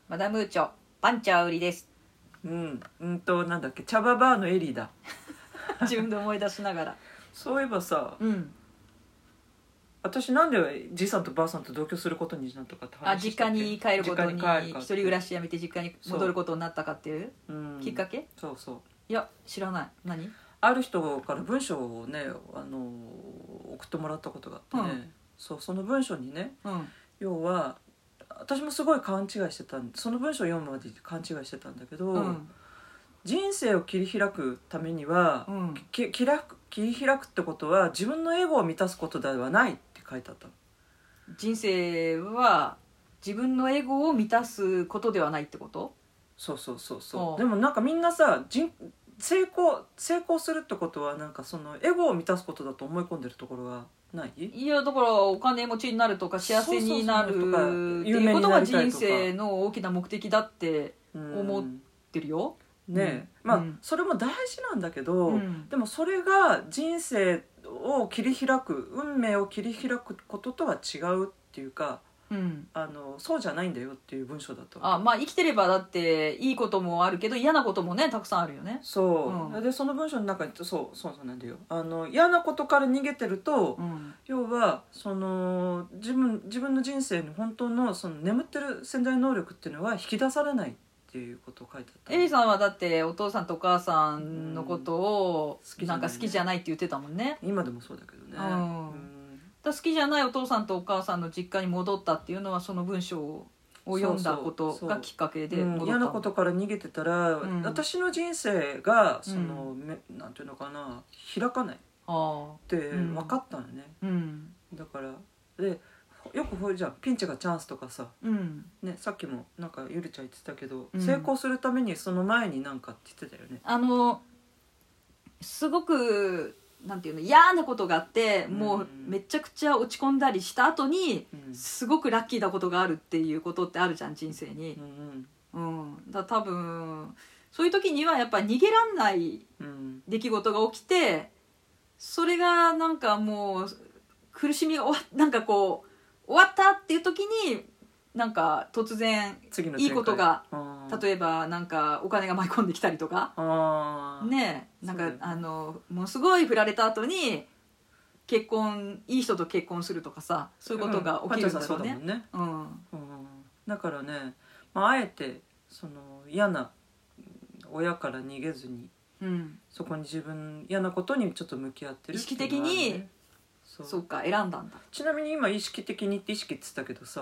マダムーチョパンチャー売りですなんだっけ、茶葉バーのエリーだ。 自分で思い出しながらそういえばさ、 うん私なんでじいさんとばあさんと同居することになったかって話したっけ。 実家に帰ることに実家に帰るか一人暮らしやめて実家に戻ることになったかっていうきっかけ。 そうそう。 いや知らない。何。 ある人から文章をね、送ってもらったことがあってね、その文章にね、要は私もすごい勘違いしてたその文章を読むまで勘違いしてたんだけど、人生を切り開くためには、切り開くってことは自分のエゴを満たすことではないって書いてあったの。 人生は自分のエゴを満たすことではないってこと。 そうでもなんかみんなさ、成功するってことはなんかそのエゴを満たすことだと思い込んでるところはない？ いやだからお金持ちになるとか幸せになるっていうことが人生の大きな目的だって思ってるよ。 それも大事なんだけど、でもそれが人生を切り開く、運命を切り開くこととは違うっていうか、そうじゃないんだよっていう文章だったわけ。 生きてればだっていいこともあるけど嫌なこともねたくさんあるよね。 でその文章の中にそうなんだよ。嫌なことから逃げてると、要はその自分の人生に本当のその眠ってる潜在能力っていうのは引き出されないっていうことを書いてあった。 エリさんはだってお父さんとお母さんのことをなんか好きじゃないって言ってたもんね。 今でもそうだけどね。 好きじゃないお父さんとお母さんの実家に戻ったっていうのはその文章を読んだことがきっかけで戻った。 嫌なことから逃げてたら、私の人生がその、なんていうのかな、開かないって分かったのね。だからでよくじゃあピンチがチャンスとかさ、さっきもなんかゆりちゃん言ってたけど、成功するためにその前になんかって言ってたよね。 すごくなんていうの、嫌なことがあって、もうめちゃくちゃ落ち込んだりした後に、すごくラッキーなことがあるっていうことってあるじゃん人生に。だから多分そういう時にはやっぱ逃げらんない出来事が起きて、それがなんかもう苦しみがなんかこう終わったっていう時になんか突然いいことが、例えばなんかお金が舞い込んできたりとかね、なんかものすごい振られた後にいい人と結婚するとかさ、そういうことが起きるんだろうね。 だからね、あえてその嫌な親から逃げずに、そこに自分嫌なことにちょっと向き合ってるっていうのは、意識的にそうか選んだんだ。 ちなみに今意識的にって意識って言ったけどさ、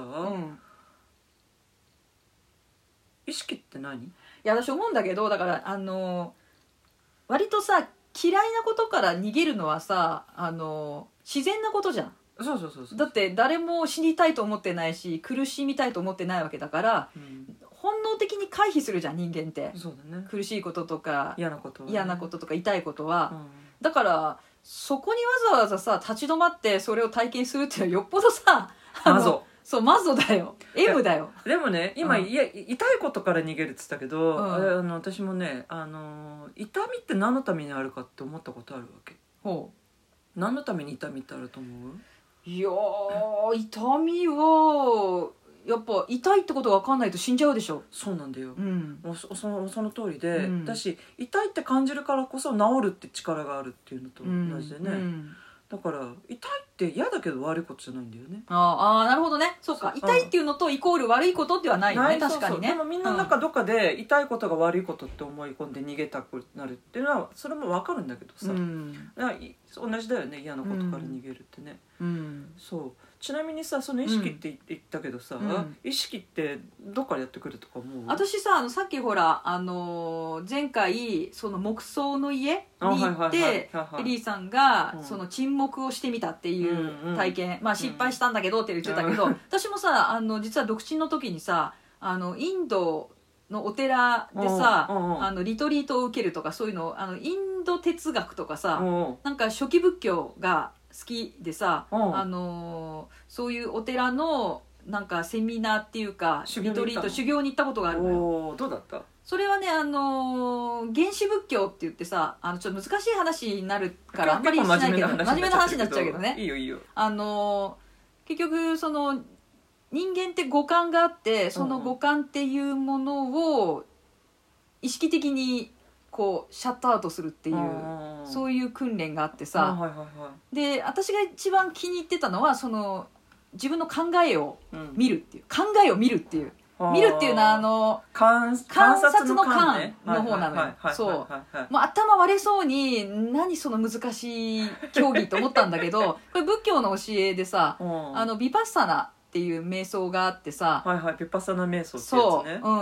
意識って何？いや私思うんだけど、だから割とさ嫌いなことから逃げるのはさ自然なことじゃん。だって誰も死にたいと思ってないし苦しみたいと思ってないわけだから、本能的に回避するじゃん人間って。 そうだね、 苦しいこととか嫌なこととか痛いことは、だからそこにわざわざさ立ち止まってそれを体験するっていうのはよっぽどさマゾだよ、M だよ。 でもね今、痛いことから逃げるって言ったけど、私もね痛みって何のためにあるかって思ったことあるわけ。何のために痛みってあると思う？ いや痛みはやっぱ痛いってことが分かんないと死んじゃうでしょ。 そうなんだよ、その通りで、私痛いって感じるからこそ治るって力があるっていうのと同じでね、だから痛いって嫌だけど悪いことじゃないんだよね。 なるほどね。そうか、痛いっていうのとイコール悪いことではないよね。確かにね。 でもみんなの中どっかで痛いことが悪いことって思い込んで逃げたくなるっていうのはそれも分かるんだけどさ、同じだよね、嫌なことから逃げるってね。そうちなみにさ、その意識って言ったけどさ、意識ってどっからやってくるとか思う？ 私ささっきほら前回その木葬の家に行ってエリーさんがその沈黙をしてみたっていう体験、失敗したんだけどって言ってたけど、私もさ実は独身の時にさインドのお寺でさリトリートを受けるとか、そういうのインド哲学とかさ、なんか初期仏教が好きでさ、そういうお寺のなんかセミナーっていうかリトリート修行に行ったことがあるのよ。 どうだった？ それはね原始仏教って言ってさちょっと難しい話になるからあんまりしないけど、真面目な話になっちゃうけどね。 いいよ結局その人人間って五感があって、その五感っていうものを意識的にこうシャットアウトするっていう、そういう訓練があってさ、で私が一番気に入ってたのはその自分の考えを見るっていう、考えを見るっていう、見るっていうのは観察の観の方なのよ。そうもう頭割れそうに何その難しい競技と思ったんだけどこれ仏教の教えでさ、ビパッサナっていう瞑想があってさ、 ビパッサナ瞑想ってやつね。 そう、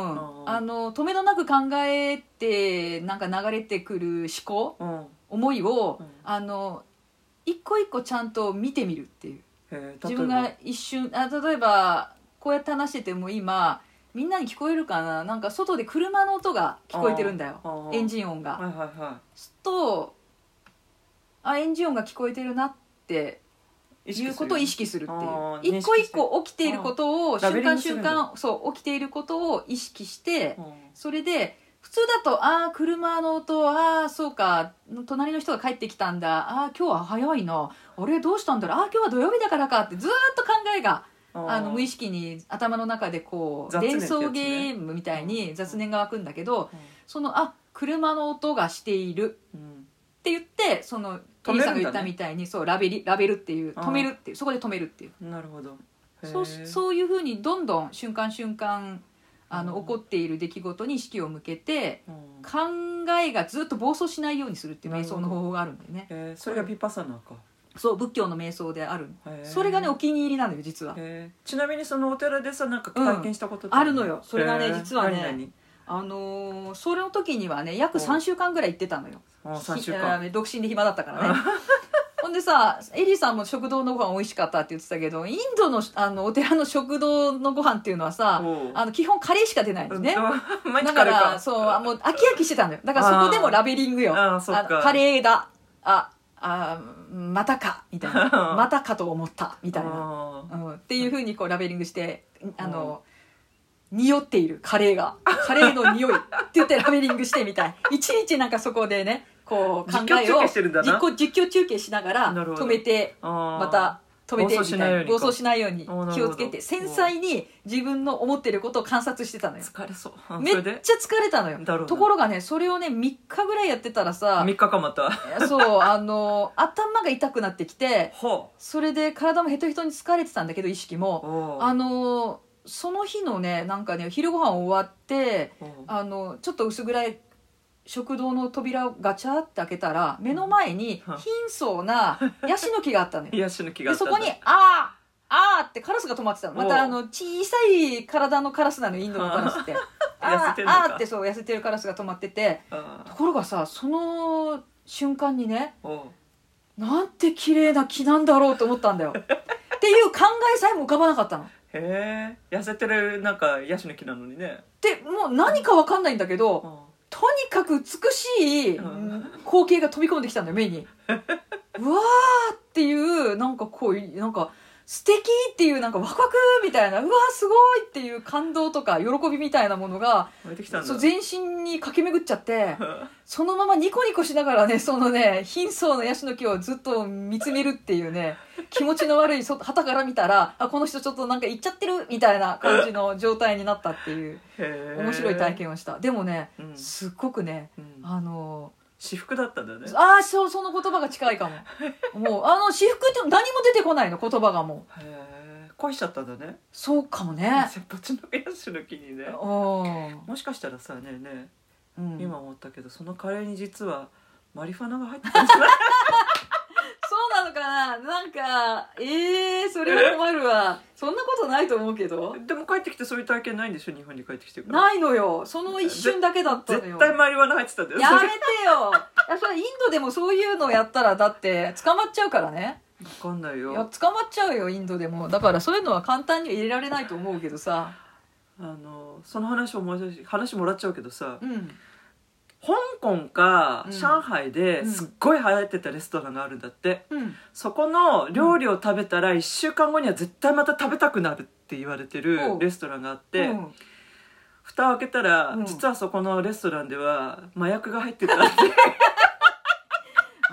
止めどなく考えてなんか流れてくる思考、思いを一個一個ちゃんと見てみるっていう。自分が一瞬例えばこうやって話してても今みんなに聞こえるかな、なんか外で車の音が聞こえてるんだよ、エンジン音が。するとエンジン音が聞こえてるなっていうことを意識するっていう、一個一個起きていることを瞬間瞬間、そう起きていることを意識して、それで普通だと車の音、そうか隣の人が帰ってきたんだ、今日は早いな、あれどうしたんだろう、今日は土曜日だからかってずっと考えが無意識に頭の中でこう連想ゲームみたいに雑念が湧くんだけど、その車の音がしているって言って、そのエリさんが言ったみたいにそうラベルっていう止めるっていう、そこで止めるっていう。 なるほど。 そういうふうにどんどん瞬間瞬間起こっている出来事に意識を向けて、考えがずっと暴走しないようにするっていう瞑想の方法があるんだよね。 それがヴィパッサナか。 そう仏教の瞑想である。それがねお気に入りなのよ実は。 ちなみにそのお寺でさなんか体験したことってあるのよ。それがね実はねそれの時にはね約3週間ぐらい行ってたのよ。 3週間独身で暇だったからねほんでさエリさんも食堂のご飯美味しかったって言ってたけど、インドのお寺の食堂のご飯っていうのはさ基本カレーしか出ないんですねだからそうもう飽き飽きしてたのよ。だからそこでもラベリングよ。カレーだ、またかみたいなまたかと思ったみたいな、っていうふうにこうラベリングして匂っているカレーの匂いって言ってラベリングしてみたい。一日なんかそこでねこう考えを実況中継しながら止めてまた止めてみたいな、暴走しないように気をつけて繊細に自分の思ってることを観察してたのよ。 疲れそう。 めっちゃ疲れたのよ。ところがねそれをね3日ぐらいやってたらさ、 3日かまたそう頭が痛くなってきてそれで体もヘトヘトに疲れてたんだけど意識もその日のねなんかね昼ご飯終わってちょっと薄暗い食堂の扉をガチャって開けたら目の前に貧相なヤシの木があったのよヤシの木があったんだ。 でそこにってカラスが止まってたの。また小さい体のカラスなのよインドのカラスってってそう痩せてるカラスが止まってて、ところがさその瞬間にねなんて綺麗な木なんだろうと思ったんだよっていう考えさえも浮かばなかったの。 へえ、痩せてるなんかヤシの木なのにね。 でもう何か分かんないんだけど、とにかく美しい光景が飛び込んできたんだよ目にうわーっていうなんかこうなんか素敵っていうなんかワクワクみたいな、うわーすごいっていう感動とか喜びみたいなものがそう全身に駆け巡っちゃってそのままニコニコしながらねそのね貧相なヤシの木をずっと見つめるっていうね気持ちの悪い旗から見たらこの人ちょっとなんか行っちゃってるみたいな感じの状態になったっていう面白い体験をした。でもね、すっごくね、 私服だったんだね。 その言葉が近いかももう私服って何も出てこないの言葉がもう恋しちゃったんだね。 そうかもね。 切羽のヤシの木にね。もしかしたらさ今思ったけどそのカレーに実はマリファナが入ってたんじゃないそうなのかな。なんかそれは困るわそんなことないと思うけど。 でも帰ってきてそういう体験ないんでしょ日本に帰ってきてから。 ないのよ。その一瞬だけだったのよ。 絶対マリファナ入ってたんだよ。 やめてよそれインドでもそういうのやったらだって捕まっちゃうからね。 分かんないよ。 いや捕まっちゃうよインドでも。だからそういうのは簡単には入れられないと思うけどさその話もらっちゃうけどさ、香港か上海ですっごい流行ってたレストランがあるんだって、そこの料理を食べたら1週間後には絶対また食べたくなるって言われてるレストランがあって、蓋を開けたら、実はそこのレストランでは麻薬が入ってたって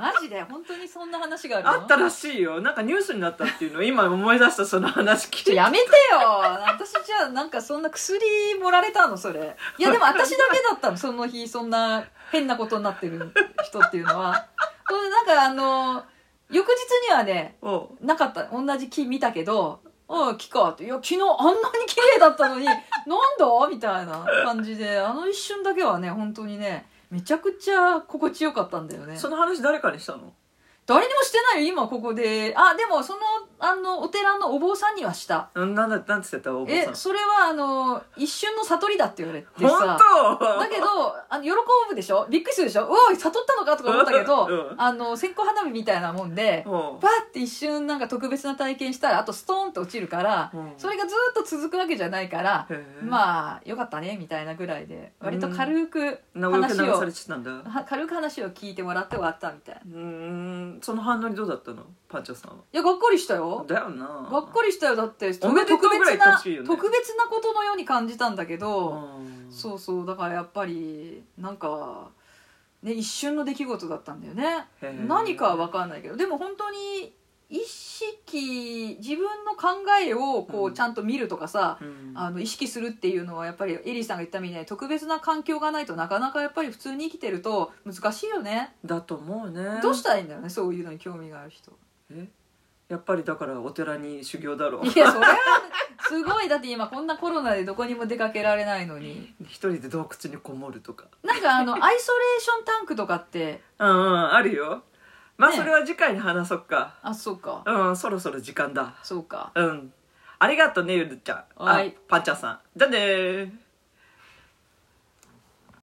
マジで本当にそんな話があるの？ あったらしいよ。なんかニュースになったっていうのを今思い出した。その話聞いて。 やめてよ。私じゃあなんかそんな薬盛られたのそれ。いやでも私だけだったのその日、そんな変なことになってる人っていうのは。これなんか翌日にはねなかった。同じ木見たけど、木かって、いや昨日あんなに綺麗だったのになんだみたいな感じで、一瞬だけはね本当にねめちゃくちゃ心地よかったんだよね。 その話誰かにしたの？ 誰にもしてないよ今ここで。でもそのお寺のお坊さんにはした。 なんて言ってたお坊さん？ それは一瞬の悟りだって言われてさ。 本当？ だけど喜ぶでしょ、びっくりするでしょ、うわ悟ったのかとか思ったけど、線香花火みたいなもんでパッて一瞬なんか特別な体験したらあとストーンと落ちるから、それがずっと続くわけじゃないから、まあよかったねみたいなぐらいで割と軽く話を聞いてもらって終わったみたいな。 その反応にどうだったのパンチャさんは？ いやがっかりしたよ。 だよな。 がっかりしたよ。だっておめでとうぐらい言ってほしいよね。 特別なことのように感じたんだけど、そうそう、だからやっぱりなんかね一瞬の出来事だったんだよね。何かは分かんないけど、でも本当に自分の考えをこうちゃんと見るとかさ、意識するっていうのはやっぱりエリーさんが言ったみたいに特別な環境がないとなかなかやっぱり普通に生きてると難しいよね。 だと思うね。 どうしたらいいんだよね、そういうのに興味がある人。 やっぱりだからお寺に修行だろう。 いやそれはすごい。だって今こんなコロナでどこにも出かけられないのに一人で洞窟にこもるとか、 なんかアイソレーションタンクとかってあるよ。まあ、 ね、 それは次回に話そっか。 そうか。 そろそろ時間だ。 そうか。 ありがとうねゆるちゃん。 はい。 パンチャーさん。じゃあねー。